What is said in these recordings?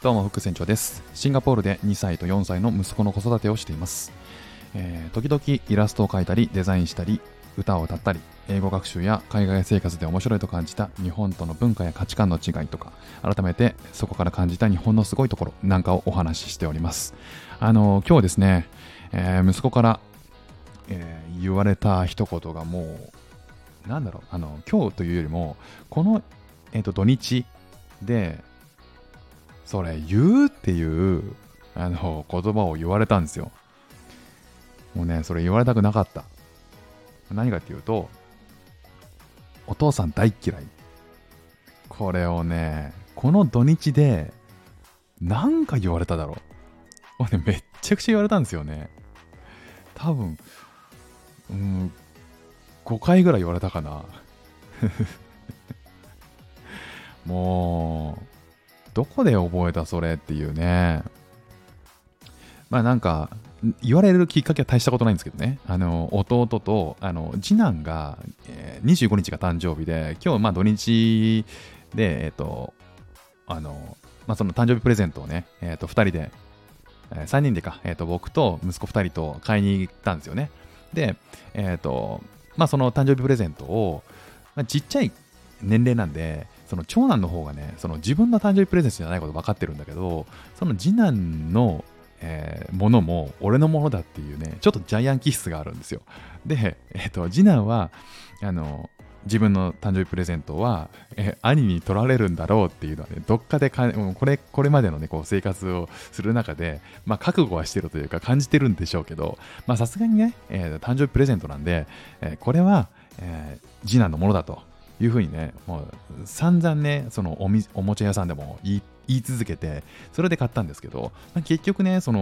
どうも副船長です。シンガポールで2歳と4歳の息子の子育てをしています。時々イラストを描いたりデザインしたり歌を歌ったり英語学習や海外生活で面白いと感じた日本との文化や価値観の違いとか、改めてそこから感じた日本のすごいところなんかをお話ししております。今日ですね、息子から、言われた一言がもうなんだろう、今日というよりもこの、土日でそれ言うっていう言葉を言われたんですよ。もうね、それ言われたくなかった。何かっていうと、お父さん大嫌い。これをね、この土日でなんか言われただろう。もうね、めっちゃくちゃ言われたんですよね。多分5回ぐらい言われたかな。もうどこで覚えたそれっていうね。まあなんか言われるきっかけは大したことないんですけどね。弟と次男が、25日が誕生日で、今日まあ土日でその誕生日プレゼントをね、2人で、3人でか、僕と息子2人と買いに行ったんですよね。で、その誕生日プレゼントを、ちっちゃい年齢なんで、その長男の方がね、その自分の誕生日プレゼントじゃないこと分かってるんだけど、その次男の、ものも俺のものだっていうね、ちょっとジャイアン気質があるんですよ。で、次男は自分の誕生日プレゼントは、兄に取られるんだろうっていうのはね、どっかでこれまでのね、こう生活をする中で、覚悟はしてるというか感じてるんでしょうけど、さすがにね、誕生日プレゼントなんで、これは、次男のものだというふうにね、もう散々ね、そのおもちゃ屋さんでも言い続けて、それで買ったんですけど、結局ね、ボ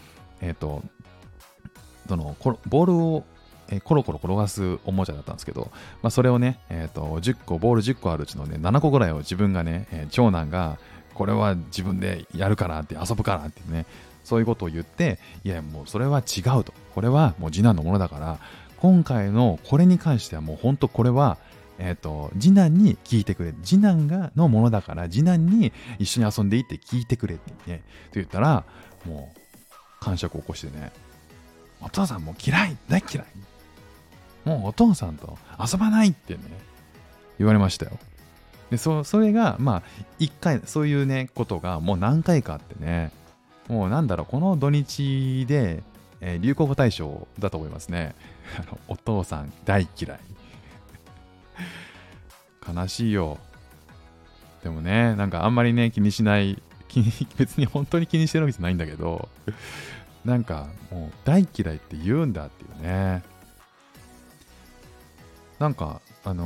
ールをコロコロ転がすおもちゃだったんですけど、それをね、ボール10個あるうちのね、7個ぐらいを自分がね、長男が、これは自分でやるからって、遊ぶからってね、そういうことを言って、いや、もうそれは違うと。これはもう次男のものだから、今回のこれに関してはもう本当これは、次男に聞いてくれ。次男のものだから、次男に一緒に遊んでいいって聞いてくれってね、と言ったら、もう、感触を起こしてね、お父さんもう嫌い大嫌いもうお父さんと遊ばないってね、言われましたよ。で、それが、一回、そういうね、ことがもう何回かあってね、もうなんだろう、この土日で、流行語大賞だと思いますね。お父さん大嫌い。悲しいよ。でもね、なんかあんまりね、気にしない、別に本当に気にしてるわけじゃないんだけど、なんかもう大嫌いって言うんだっていうね。なんか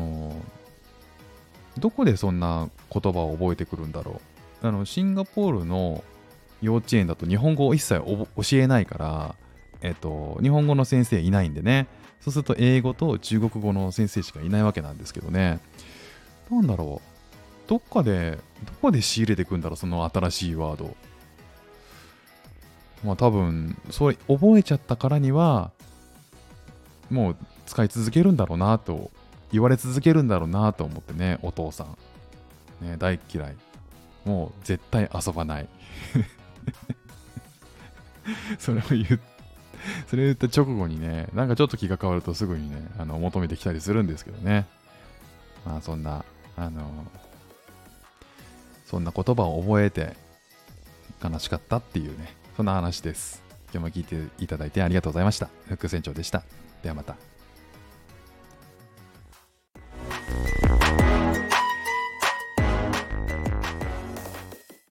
どこでそんな言葉を覚えてくるんだろう。シンガポールの幼稚園だと日本語を一切教えないから、日本語の先生いないんでね。そうすると英語と中国語の先生しかいないわけなんですけどね。なんだろう。どこで仕入れていくんだろう、その新しいワード。多分、それ覚えちゃったからには、もう使い続けるんだろうなと、言われ続けるんだろうなと思ってね、お父さん。ね、大嫌い。もう絶対遊ばない。それを言った直後にね、なんかちょっと気が変わるとすぐにね、求めてきたりするんですけどね。そんな言葉を覚えて悲しかったっていうね、そんな話です。今日も聞いていただいてありがとうございました。副船長でした。ではまた。